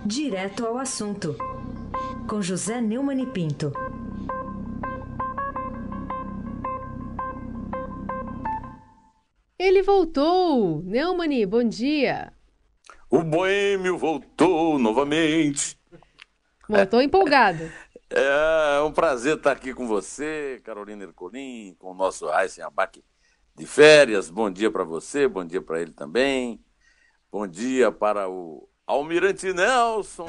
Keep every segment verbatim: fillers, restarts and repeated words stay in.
Direto ao assunto, com José Neumann e Pinto. Ele voltou! Neumann, bom dia! O boêmio voltou novamente. Voltou empolgado. É um prazer estar aqui com você, Carolina Ercolim, com o nosso Raíssen Abac de férias. Bom dia para você, bom dia para ele também. Bom dia para o Almirante Nelson.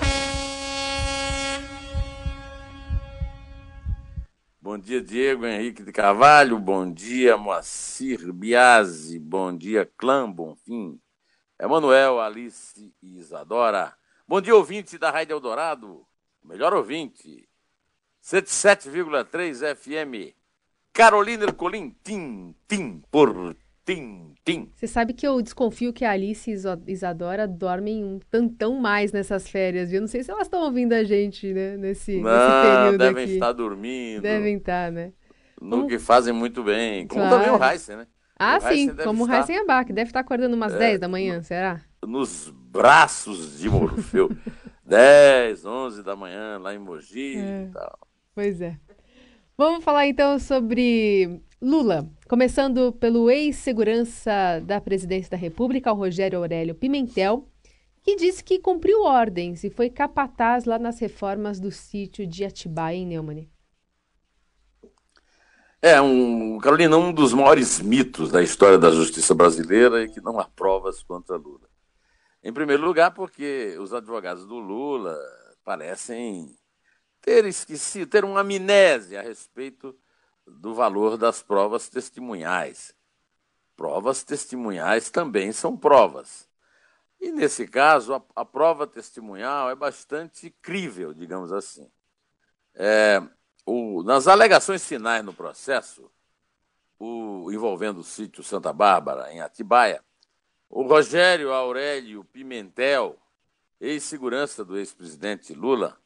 Bom dia, Diego Henrique de Carvalho. Bom dia, Moacir Biasi. Bom dia, Clã Bonfim. Emanuel, Alice e Isadora. Bom dia, ouvinte da Rádio Eldorado. O melhor ouvinte. cento e sete vírgula três F M. Carolina Ercolim. Tim, tim, por tim, tim. Você sabe que eu desconfio que a Alice e Isadora dormem um tantão mais nessas férias, viu? Não sei se elas estão ouvindo a gente, né? Nesse, Não, nesse período devem aqui. estar dormindo. Devem estar, né? No Como... que fazem muito bem. Como Claro. também o Raíssen, né? Ah, o Raíssen sim, deve como o estar Raíssen Abac. Deve estar acordando umas É, dez da manhã, será? nos braços de Morfeu. dez, onze da manhã, lá em Mogi É. e tal. Pois é. Vamos falar então sobre Lula, começando pelo ex-segurança da Presidência da República, o Rogério Aurélio Pimentel, que disse que cumpriu ordens e foi capataz lá nas reformas do sítio de Atibaia, em Neumann. É, um, Carolina, um dos maiores mitos da história da justiça brasileira é que não há provas contra Lula. Em primeiro lugar, porque os advogados do Lula parecem ter esquecido, ter uma amnésia a respeito do valor das provas testemunhais. Provas testemunhais também são provas. E, nesse caso, a, a prova testemunhal é bastante crível, digamos assim. É, o, nas alegações finais no processo, o, envolvendo o sítio Santa Bárbara, em Atibaia, o Rogério Aurélio Pimentel, ex-segurança do ex-presidente Lula,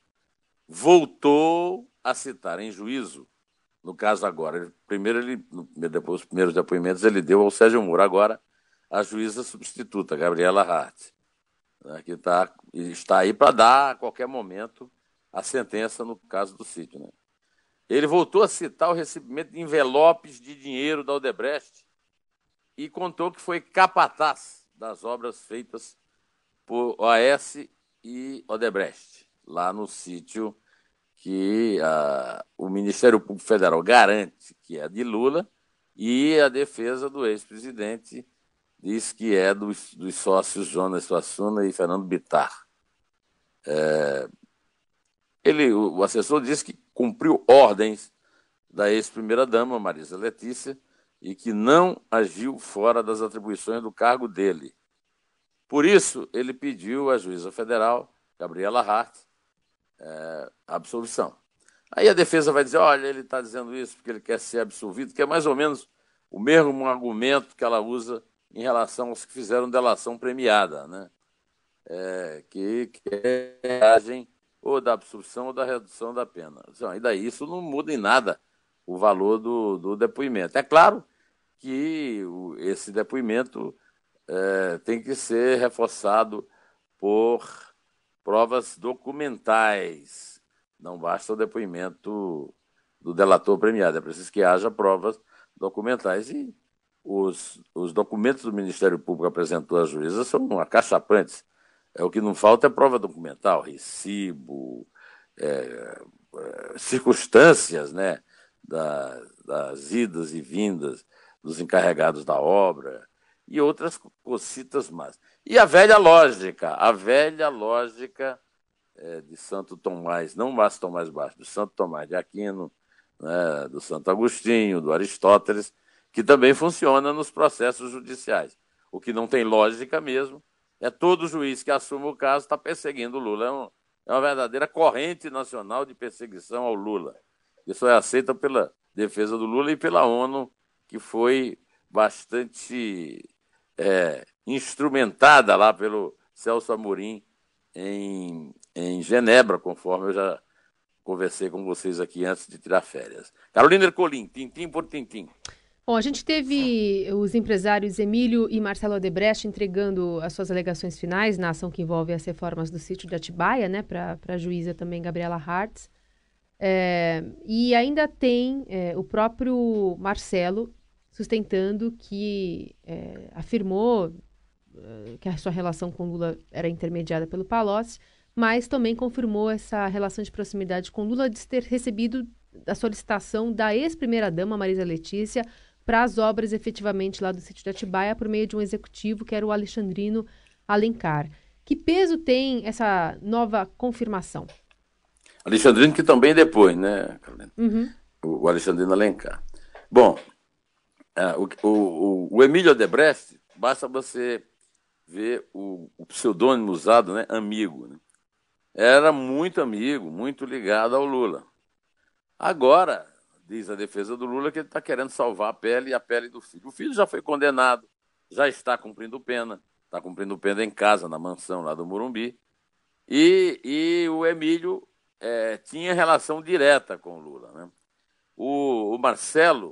voltou a citar em juízo, no caso agora, primeiro ele, depois dos primeiros depoimentos ele deu ao Sérgio Moro, agora a juíza substituta, Gabriela Hart, né, que tá, está aí para dar a qualquer momento a sentença no caso do sítio. Né? Ele voltou a citar o recebimento de envelopes de dinheiro da Odebrecht e contou que foi capataz das obras feitas por O A S e Odebrecht, lá no sítio que a, o Ministério Público Federal garante que é de Lula e a defesa do ex-presidente diz que é dos, dos sócios Jonas Suassuna e Fernando Bittar. É, ele, o, o assessor disse que cumpriu ordens da ex-primeira-dama, Marisa Letícia, e que não agiu fora das atribuições do cargo dele. Por isso, ele pediu à juíza federal, Gabriela Hart, é, a absolvição. Aí a defesa vai dizer, olha, ele está dizendo isso porque ele quer ser absolvido, que é mais ou menos o mesmo argumento que ela usa em relação aos que fizeram delação premiada, né? É, que, que agem ou da absolvição ou da redução da pena. Então, e daí isso não muda em nada o valor do, do depoimento. É claro que o, esse depoimento é, tem que ser reforçado por provas documentais. Não basta o depoimento do delator premiado, é preciso que haja provas documentais. E os, os documentos do Ministério Público apresentou à juíza são acachapantes. É, o que não falta é prova documental, recibo, é, é, circunstâncias, né, da, das idas e vindas dos encarregados da obra e outras cocitas mais. E a velha lógica, a velha lógica é, de Santo Tomás, não mais Tomás Baixo, de Santo Tomás de Aquino, né, do Santo Agostinho, do Aristóteles, que também funciona nos processos judiciais. O que não tem lógica mesmo é todo juiz que assume o caso está perseguindo o Lula. É, um, é uma verdadeira corrente nacional de perseguição ao Lula. Isso é aceita pela defesa do Lula e pela ONU, que foi bastante é, instrumentada lá pelo Celso Amorim em, em Genebra, conforme eu já conversei com vocês aqui antes de tirar férias. Carolina Ercolim, tintim por tintim. Bom, a gente teve os empresários Emílio e Marcelo Odebrecht entregando as suas alegações finais na ação que envolve as reformas do sítio de Atibaia, né, para a juíza também Gabriela Hartz. É, e ainda tem é, o próprio Marcelo sustentando que é, afirmou é, que a sua relação com Lula era intermediada pelo Palocci, mas também confirmou essa relação de proximidade com Lula de ter recebido a solicitação da ex-primeira-dama Marisa Letícia para as obras efetivamente lá do sítio de Atibaia por meio de um executivo que era o Alexandrino Alencar. Que peso tem essa nova confirmação? Alexandrino que também depois, né, Carolina? Uhum. O, o Alexandrino Alencar. Bom, uh, o, o, o Emílio Odebrecht, basta você ver o, o pseudônimo usado, né, amigo, né? Era muito amigo, muito ligado ao Lula. Agora, diz a defesa do Lula que ele está querendo salvar a pele e a pele do filho. O filho já foi condenado, já está cumprindo pena, está cumprindo pena em casa, na mansão lá do Morumbi. E, e o Emílio é, tinha relação direta com o Lula, né? O, o Marcelo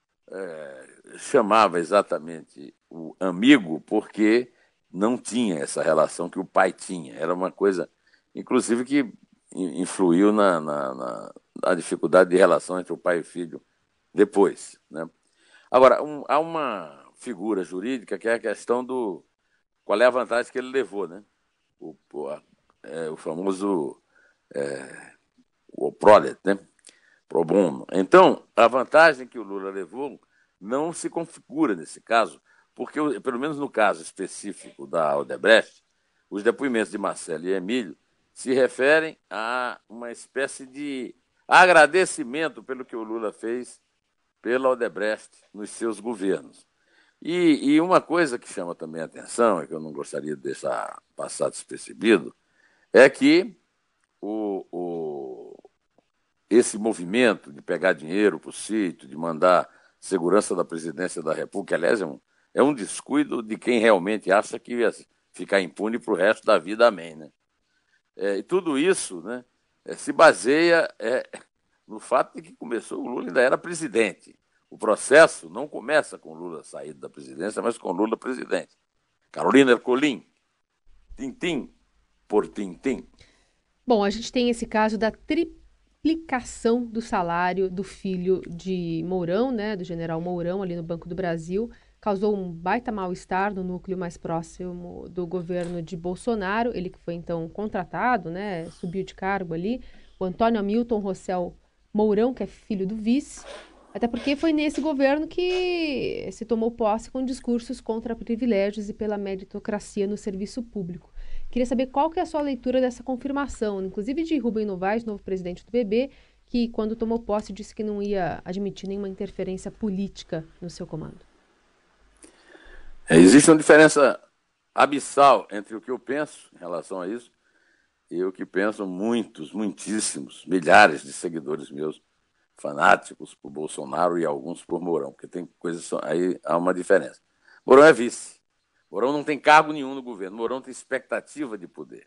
é, chamava exatamente o amigo porque não tinha essa relação que o pai tinha. Era uma coisa, inclusive, que influiu na, na, na, na dificuldade de relação entre o pai e o filho depois, né? Agora, um, há uma figura jurídica que é a questão do qual é a vantagem que ele levou, né? O, o, é, o famoso é, o prolet, né? Pro bono. Então, a vantagem que o Lula levou não se configura nesse caso, porque, pelo menos no caso específico da Odebrecht, os depoimentos de Marcelo e Emílio se referem a uma espécie de agradecimento pelo que o Lula fez pela Odebrecht nos seus governos. E, e uma coisa que chama também a atenção, e que eu não gostaria de deixar passar despercebido, é que o, o, esse movimento de pegar dinheiro para o sítio, de mandar segurança da presidência da República, aliás, é um, é um descuido de quem realmente acha que ia ficar impune para o resto da vida, amém, né? É, e tudo isso, né, é, se baseia é, no fato de que começou, o Lula ainda era presidente. O processo não começa com o Lula saído da presidência, mas com o Lula presidente. Carolina Ercolim, tintim por tintim. Bom, a gente tem esse caso da triplicação do salário do filho de Mourão, né, do general Mourão, ali no Banco do Brasil. Causou um baita mal-estar no núcleo mais próximo do governo de Bolsonaro. Ele que foi, então, contratado, né, subiu de cargo ali. O Antônio Hamilton Rossel Mourão, que é filho do vice. Até porque foi nesse governo que se tomou posse com discursos contra privilégios e pela meritocracia no serviço público. Queria saber qual que é a sua leitura dessa confirmação, inclusive de Rubem Novaes, novo presidente do B B, que quando tomou posse disse que não ia admitir nenhuma interferência política no seu comando. É, existe uma diferença abissal entre o que eu penso em relação a isso e o que pensam muitos, muitíssimos, milhares de seguidores meus, fanáticos por Bolsonaro e alguns por Mourão, porque tem coisas aí, há uma diferença. Mourão é vice. Mourão não tem cargo nenhum no governo. Mourão tem expectativa de poder.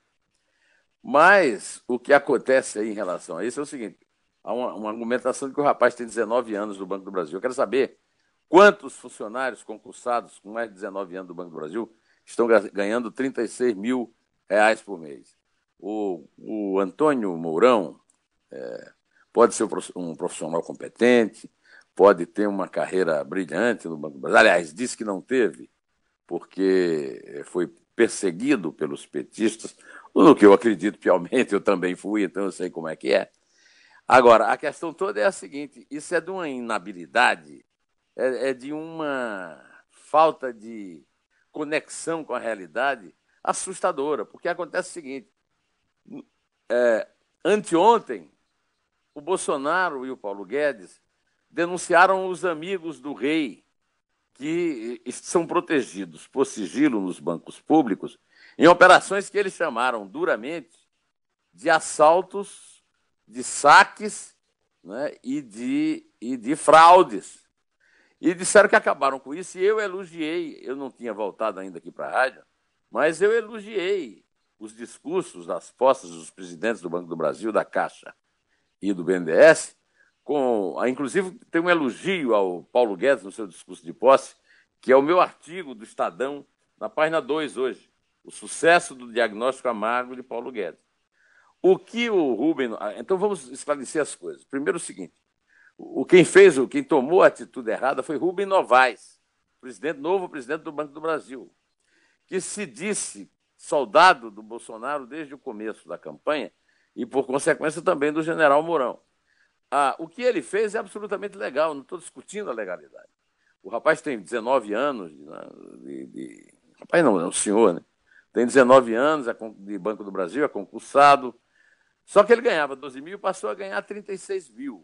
Mas o que acontece aí em relação a isso é o seguinte: há uma, uma argumentação de que o rapaz tem dezenove anos no Banco do Brasil. Eu quero saber quantos funcionários concursados com mais de dezenove anos do Banco do Brasil estão ganhando trinta e seis mil reais por mês. O, o Antônio Mourão é, pode ser um profissional competente, pode ter uma carreira brilhante no Banco do Brasil. Aliás, disse que não teve, porque foi perseguido pelos petistas, no que eu acredito piamente, eu também fui, então eu sei como é que é. Agora, a questão toda é a seguinte: isso é de uma inabilidade, é, é de uma falta de conexão com a realidade assustadora, porque acontece o seguinte: é, anteontem, o Bolsonaro e o Paulo Guedes denunciaram os amigos do rei, que são protegidos por sigilo nos bancos públicos, em operações que eles chamaram duramente de assaltos, de saques, né, e, de, e de fraudes. E disseram que acabaram com isso, e eu elogiei, eu não tinha voltado ainda aqui para a rádio, mas eu elogiei os discursos das posses dos presidentes do Banco do Brasil, da Caixa e do B N D E S, com... Inclusive, tem um elogio ao Paulo Guedes no seu discurso de posse, que é o meu artigo do Estadão, na página dois hoje, o sucesso do diagnóstico amargo de Paulo Guedes. O que o Rubem... Então, vamos esclarecer as coisas. Primeiro, o seguinte, o, quem fez, o, quem tomou a atitude errada foi Rubem Novaes, presidente, novo presidente do Banco do Brasil, que se disse soldado do Bolsonaro desde o começo da campanha e, por consequência, também do general Mourão. Ah, o que ele fez é absolutamente legal, não estou discutindo a legalidade. O rapaz tem dezenove anos, de, de... rapaz não, é um senhor, né? Tem dezenove anos, é de Banco do Brasil, é concursado, só que ele ganhava doze mil e passou a ganhar trinta e seis mil.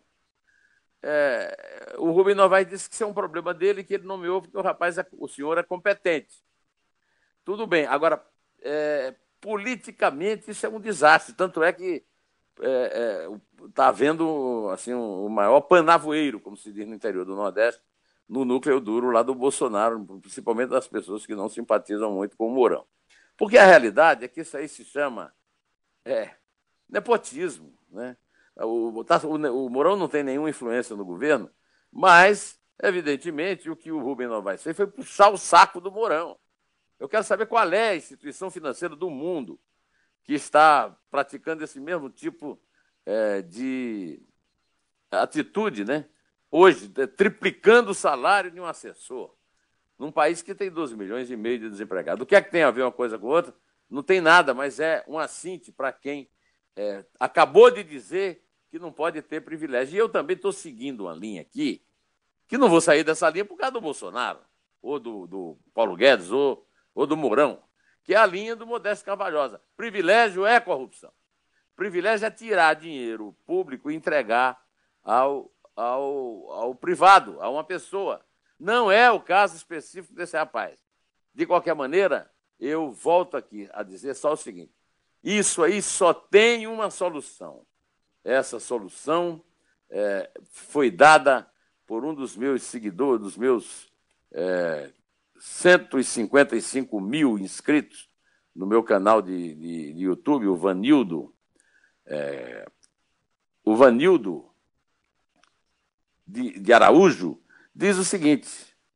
É, o Rubem Novaes disse que isso é um problema dele, que ele nomeou porque o rapaz, é, o senhor é competente. Tudo bem, agora, é, politicamente isso é um desastre, tanto é que está é, é, havendo assim, um, o maior panavoeiro, como se diz no interior do Nordeste, no núcleo duro lá do Bolsonaro, principalmente das pessoas que não simpatizam muito com o Mourão. Porque a realidade é que isso aí se chama é, nepotismo, né? O, o, o Mourão não tem nenhuma influência no governo, mas, evidentemente, o que o Rubem Novaes fez foi puxar o saco do Mourão. Eu quero saber qual é a instituição financeira do mundo que está praticando esse mesmo tipo é, de atitude, né? Hoje, triplicando o salário de um assessor, num país que tem doze milhões e meio de desempregados. O que é que tem a ver uma coisa com outra? Não tem nada, mas é um assinte para quem é, acabou de dizer que não pode ter privilégio. E eu também estou seguindo uma linha aqui, que não vou sair dessa linha por causa do Bolsonaro, ou do, do Paulo Guedes, ou, ou do Mourão, que é a linha do Modesto Carvalhosa. Privilégio é corrupção. Privilégio é tirar dinheiro público e entregar ao, ao, ao privado, a uma pessoa. Não é o caso específico desse rapaz. De qualquer maneira, eu volto aqui a dizer só o seguinte, isso aí só tem uma solução. Essa solução é, foi dada por um dos meus seguidores, dos meus é, cento e cinquenta e cinco mil inscritos no meu canal de, de, de YouTube, o Vanildo, é, o Vanildo de, de Araújo, diz o seguinte,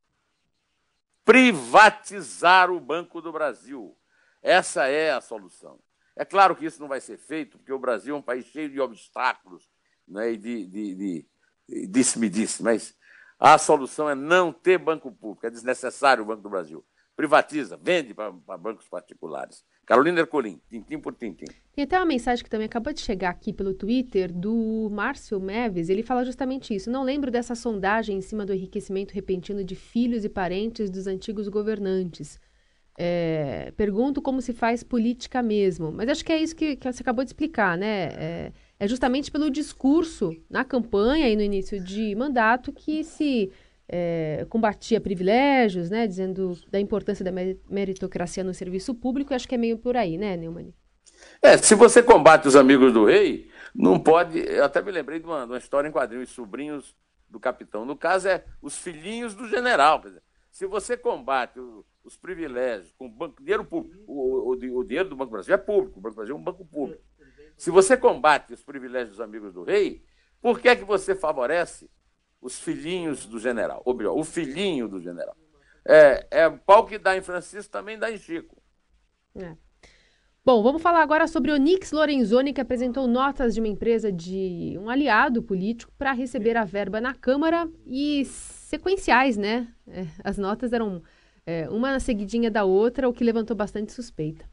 privatizar o Banco do Brasil. Essa é a solução. É claro que isso não vai ser feito, porque o Brasil é um país cheio de obstáculos, né, e de, de, de, de disse-me-disse, mas a solução é não ter banco público, é desnecessário o Banco do Brasil. Privatiza, vende para bancos particulares. Carolina Ercolim, tintim por tintim. Tem até uma mensagem que também acabou de chegar aqui pelo Twitter, do Márcio Meves. Ele fala justamente isso. Não lembro dessa sondagem em cima do enriquecimento repentino de filhos e parentes dos antigos governantes. É, pergunto como se faz política mesmo. Mas acho que é isso que, que você acabou de explicar, né? É, é justamente pelo discurso na campanha e no início de mandato que se é, combatia privilégios, né? Dizendo da importância da meritocracia no serviço público. Acho que é meio por aí, né, Neumann? É, se você combate os amigos do rei, não pode... Eu até me lembrei de uma, de uma história em quadrinhos, os sobrinhos do capitão. No caso, é os filhinhos do general. Quer dizer, se você combate o, os privilégios com banco, dinheiro público, o, o, o dinheiro do Banco do Brasil é público, o Banco do Brasil é um banco público. Se você combate os privilégios dos amigos do rei, por que é que você favorece os filhinhos do general? Ou melhor, o filhinho do general. É, é o pau que dá em Francisco, também dá em Chico. É. Bom, vamos falar agora sobre Onyx Lorenzoni, que apresentou notas de uma empresa de um aliado político para receber a verba na Câmara e sequenciais, né? É, as notas eram é, uma na seguidinha da outra, o que levantou bastante suspeita.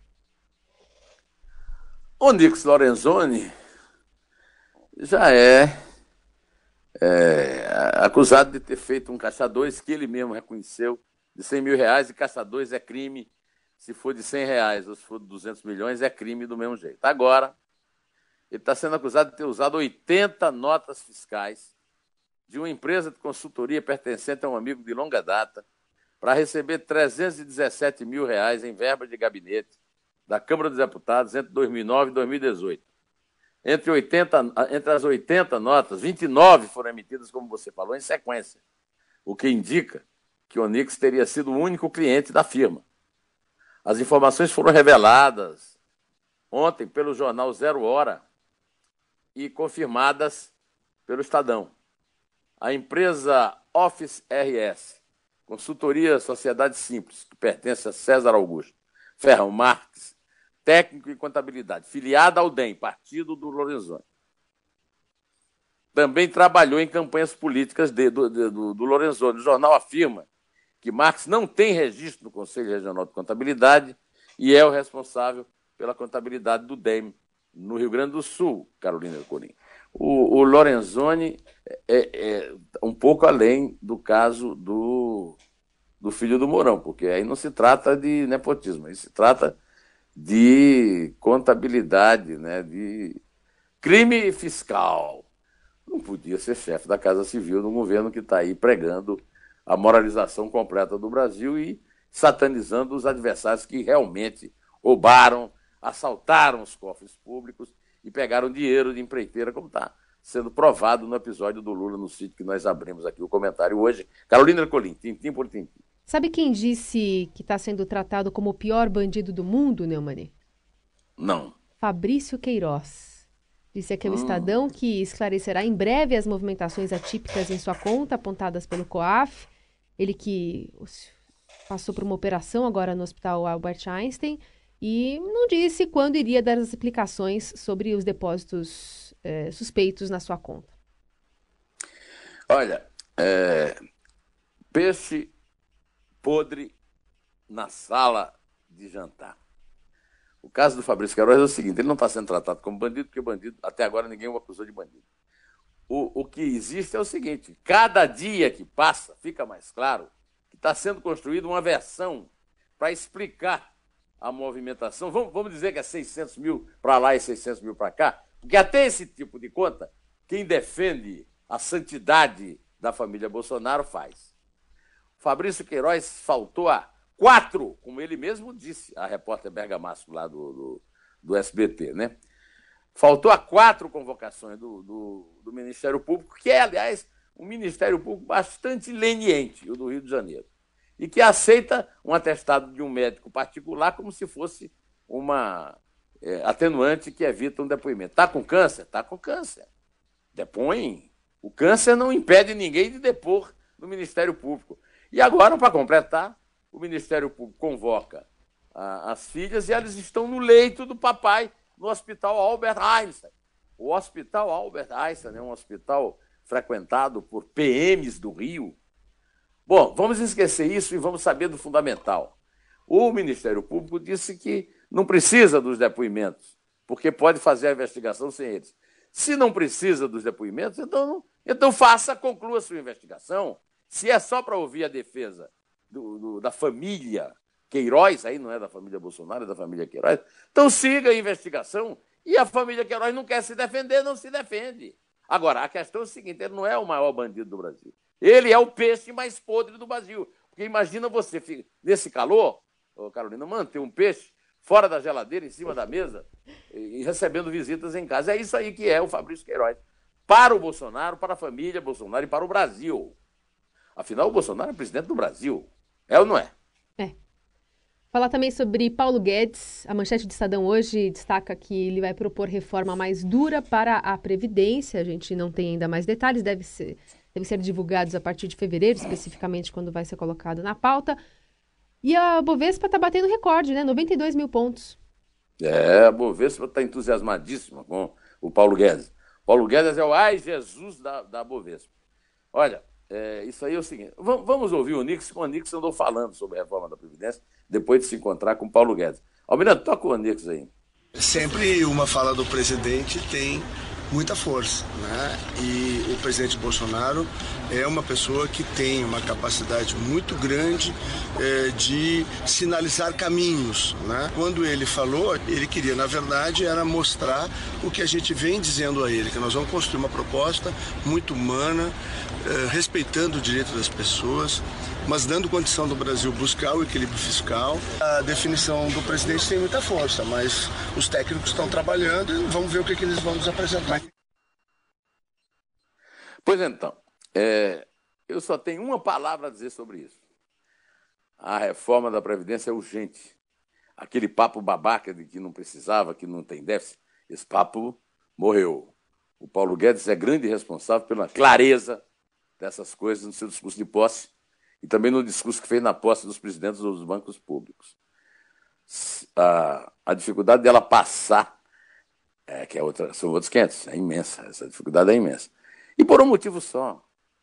Onyx Lorenzoni já é, é acusado de ter feito um caixa dois que ele mesmo reconheceu de cem mil reais, e caixa dois é crime. Se for de cem reais ou se for de duzentos milhões, é crime do mesmo jeito. Agora, ele está sendo acusado de ter usado oitenta notas fiscais de uma empresa de consultoria pertencente a um amigo de longa data para receber trezentos e dezessete mil reais em verba de gabinete da Câmara dos Deputados entre dois mil e nove e dois mil e dezoito. Entre, oitenta, entre as oitenta notas, vinte e nove foram emitidas, como você falou, em sequência, o que indica que o Onyx teria sido o único cliente da firma. As informações foram reveladas ontem pelo jornal Zero Hora e confirmadas pelo Estadão. A empresa Office R S, consultoria Sociedade Simples, que pertence a César Augusto Ferrão Marques, técnico em contabilidade, filiada ao D E M, partido do Lorenzoni. Também trabalhou em campanhas políticas de, do, de, do, do Lorenzoni. O jornal afirma que Marques não tem registro no Conselho Regional de Contabilidade e é o responsável pela contabilidade do D E M no Rio Grande do Sul, Carolina Ercolim. O, o Lorenzoni é, é um pouco além do caso do, do filho do Mourão, porque aí não se trata de nepotismo, aí se trata de contabilidade, né, de crime fiscal. Não podia ser chefe da Casa Civil num governo que está aí pregando a moralização completa do Brasil e satanizando os adversários que realmente roubaram, assaltaram os cofres públicos e pegaram dinheiro de empreiteira, como está sendo provado no episódio do Lula no sítio que nós abrimos aqui o comentário hoje. Carolina Ercolim, tintim por tintim. Sabe quem disse que está sendo tratado como o pior bandido do mundo, Neumann? Não. Fabrício Queiroz. Disse aqui ao hum. Estadão que esclarecerá em breve as movimentações atípicas em sua conta apontadas pelo COAF. Ele que passou por uma operação agora no Hospital Albert Einstein e não disse quando iria dar as explicações sobre os depósitos é, suspeitos na sua conta. Olha, é, peixe podre na sala de jantar. O caso do Fabrício Queiroz é o seguinte, ele não está sendo tratado como bandido, porque bandido, até agora ninguém o acusou de bandido. O, o que existe é o seguinte, cada dia que passa, fica mais claro que está sendo construída uma versão para explicar a movimentação. Vamos, vamos dizer que é seiscentos mil para lá e seiscentos mil para cá, porque até esse tipo de conta, quem defende a santidade da família Bolsonaro faz. Fabrício Queiroz faltou a quatro, como ele mesmo disse, a repórter Bergamasco lá do, do, do S B T, né? Faltou a quatro convocações do, do, do Ministério Público, que é, aliás, um Ministério Público bastante leniente, o do Rio de Janeiro, e que aceita um atestado de um médico particular como se fosse uma é, atenuante que evita um depoimento. Está com câncer? Está com câncer. Depõe. O câncer não impede ninguém de depor no Ministério Público. E agora, para completar, o Ministério Público convoca a, as filhas e elas estão no leito do papai, no Hospital Albert Einstein. O Hospital Albert Einstein é um hospital frequentado por P Ms do Rio. Bom, vamos esquecer isso e vamos saber do fundamental. O Ministério Público disse que não precisa dos depoimentos, porque pode fazer a investigação sem eles. Se não precisa dos depoimentos, então, não, então faça, conclua a sua investigação. Se é só para ouvir a defesa Do, do, da família Queiroz, aí não é da família Bolsonaro, é da família Queiroz, então siga a investigação e a família Queiroz não quer se defender, não se defende. Agora, a questão é o seguinte, ele não é o maior bandido do Brasil, ele é o peixe mais podre do Brasil, porque imagina você, nesse calor, oh, Carolina, manter um peixe fora da geladeira, em cima da mesa, e, e recebendo visitas em casa, é isso aí que é o Fabrício Queiroz, para o Bolsonaro, para a família Bolsonaro e para o Brasil. Afinal, o Bolsonaro é presidente do Brasil. É ou não é? É. Falar também sobre Paulo Guedes. A manchete do Estadão hoje destaca que ele vai propor reforma mais dura para a Previdência. A gente não tem ainda mais detalhes, deve ser, devem ser divulgados a partir de fevereiro, especificamente quando vai ser colocado na pauta. E a Bovespa está batendo recorde, né? noventa e dois mil pontos. É, a Bovespa está entusiasmadíssima com o Paulo Guedes. Paulo Guedes é o ai Jesus da, da Bovespa. Olha, É, isso aí é o seguinte, vamos, vamos ouvir o Onix, que o Onix andou falando sobre a reforma da Previdência, depois de se encontrar com o Paulo Guedes. Almirante, toca o Onix aí. Sempre uma fala do presidente tem muita força, né? E o presidente Bolsonaro é uma pessoa que tem uma capacidade muito grande eh, de sinalizar caminhos, né? Quando ele falou, ele queria, na verdade, era mostrar o que a gente vem dizendo a ele, que nós vamos construir uma proposta muito humana, eh, respeitando o direito das pessoas, mas dando condição do Brasil buscar o equilíbrio fiscal. A definição do presidente tem muita força, mas os técnicos estão trabalhando e vamos ver o que, que eles vão nos apresentar. Pois então, é, eu só tenho uma palavra a dizer sobre isso. A reforma da Previdência é urgente. Aquele papo babaca de que não precisava, que não tem déficit, esse papo morreu. O Paulo Guedes é grande responsável pela clareza dessas coisas no seu discurso de posse e também no discurso que fez na posse dos presidentes dos bancos públicos. A, a dificuldade dela passar, é, que é outra, são outros quinhentos, é imensa, essa dificuldade é imensa. E por um motivo só.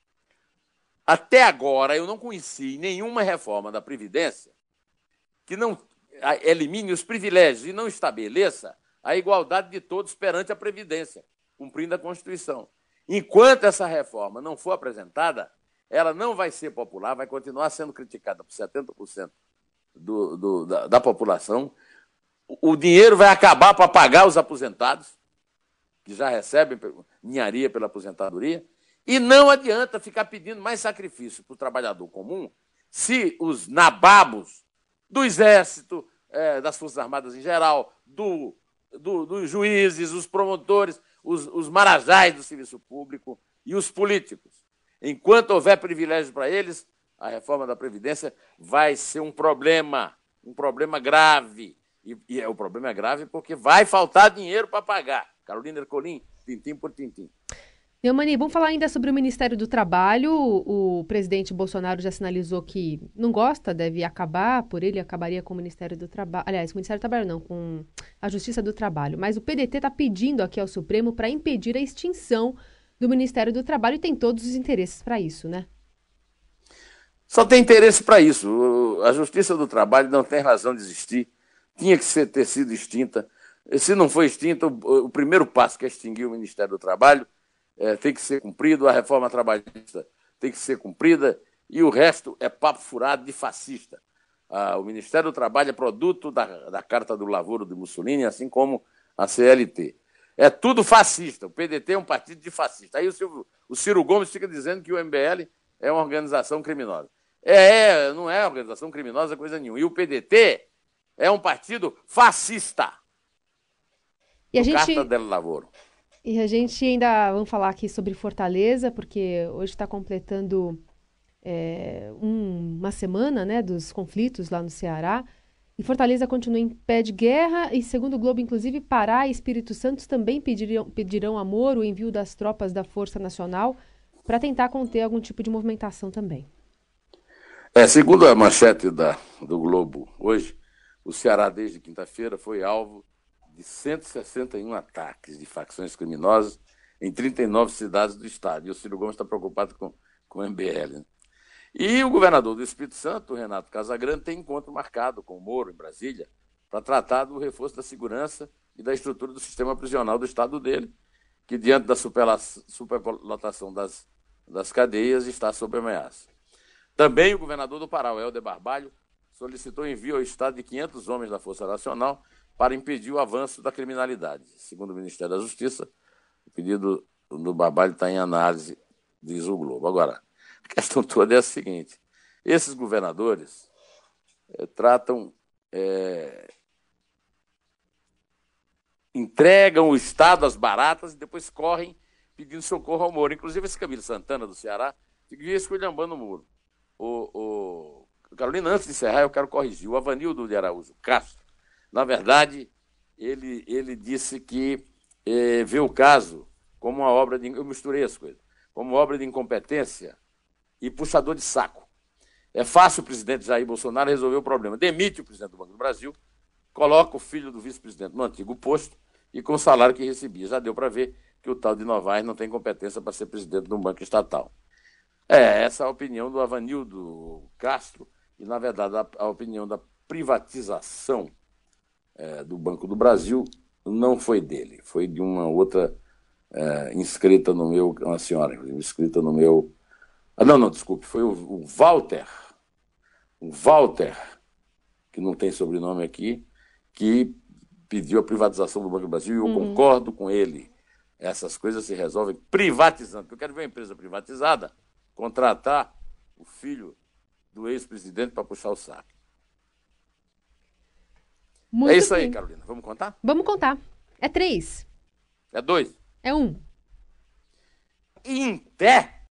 Até agora, eu não conheci nenhuma reforma da Previdência que não elimine os privilégios e não estabeleça a igualdade de todos perante a Previdência, cumprindo a Constituição. Enquanto essa reforma não for apresentada, ela não vai ser popular, vai continuar sendo criticada por setenta por cento do, do, da, da população. O dinheiro vai acabar para pagar os aposentados, que já recebem ninharia pela aposentadoria, e não adianta ficar pedindo mais sacrifício para o trabalhador comum se os nababos do Exército, é, das Forças Armadas em geral, do, do, dos juízes, os promotores, os, os marajás do serviço público e os políticos. Enquanto houver privilégio para eles, a reforma da Previdência vai ser um problema, um problema grave. E, e o problema é grave porque vai faltar dinheiro para pagar. Carolina Ercolim, tintim por tintim. Neumani, vamos falar ainda sobre o Ministério do Trabalho. O presidente Bolsonaro já sinalizou que não gosta, deve acabar, por ele acabaria com o Ministério do Trabalho. Aliás, com o Ministério do Trabalho não, com a Justiça do Trabalho. Mas o P D T está pedindo aqui ao Supremo para impedir a extinção do Ministério do Trabalho e tem todos os interesses para isso, né? Só tem interesse para isso. A Justiça do Trabalho não tem razão de existir. Tinha que ser, ter sido extinta. Se não foi extinta, o, o primeiro passo, que é extinguir o Ministério do Trabalho, É, tem que ser cumprido, a reforma trabalhista tem que ser cumprida e o resto é papo furado de fascista. Ah, o Ministério do Trabalho é produto da, da Carta do Lavoro de Mussolini, assim como a C L T. É tudo fascista, o P D T é um partido de fascista. Aí o, Silvio, o Ciro Gomes fica dizendo que o M B L é uma organização criminosa. É, não é organização criminosa coisa nenhuma. E o P D T é um partido fascista. E a gente... Carta del Lavoro. E a gente ainda, vamos falar aqui sobre Fortaleza, porque hoje está completando é, um, uma semana, né, dos conflitos lá no Ceará. E Fortaleza continua em pé de guerra e, segundo o Globo, inclusive, Pará e Espírito Santo também pedirão, pedirão a Moro o envio das tropas da Força Nacional para tentar conter algum tipo de movimentação também. É, segundo a manchete da, do Globo hoje, o Ceará, desde quinta-feira, foi alvo de cento e sessenta e um ataques de facções criminosas em trinta e nove cidades do estado. E o Ciro Gomes está preocupado com, com o M B L. Né? E o governador do Espírito Santo, Renato Casagrande, tem encontro marcado com o Moro, em Brasília, para tratar do reforço da segurança e da estrutura do sistema prisional do estado dele, que, diante da superlotação das, das cadeias, está sob ameaça. Também o governador do Pará, Helder Barbalho, solicitou envio ao estado de quinhentos homens da Força Nacional para impedir o avanço da criminalidade. Segundo o Ministério da Justiça, o pedido do Barbalho está em análise, diz o Globo. Agora, a questão toda é a seguinte: esses governadores é, tratam, é, entregam o Estado às baratas e depois correm pedindo socorro ao Moro. Inclusive esse Camilo Santana, do Ceará, fica esculhambando o Moro. O, o, Carolina, antes de encerrar, eu quero corrigir. O Avanildo de Araújo Castro, na verdade, ele, ele disse que eh, vê o caso como uma obra de... Eu misturei as coisas. Como obra de incompetência e puxador de saco. É fácil o presidente Jair Bolsonaro resolver o problema. Demite o presidente do Banco do Brasil, coloca o filho do vice-presidente no antigo posto e com o salário que recebia. Já deu para ver que o tal de Novaes não tem competência para ser presidente de um banco estatal. É, essa é a opinião do Avanildo Castro e, na verdade, a, a opinião da privatização É, do Banco do Brasil não foi dele, foi de uma outra é, inscrita no meu, uma senhora, inscrita no meu... Ah, não, não, desculpe, foi o, o Walter, o Walter, que não tem sobrenome aqui, que pediu a privatização do Banco do Brasil e eu uhum. concordo com ele. Essas coisas se resolvem privatizando. Eu quero ver uma empresa privatizada contratar o filho do ex-presidente para puxar o saco. Muito é isso bem. aí, Carolina. Vamos contar? Vamos contar. É três. É dois. É um. Em pé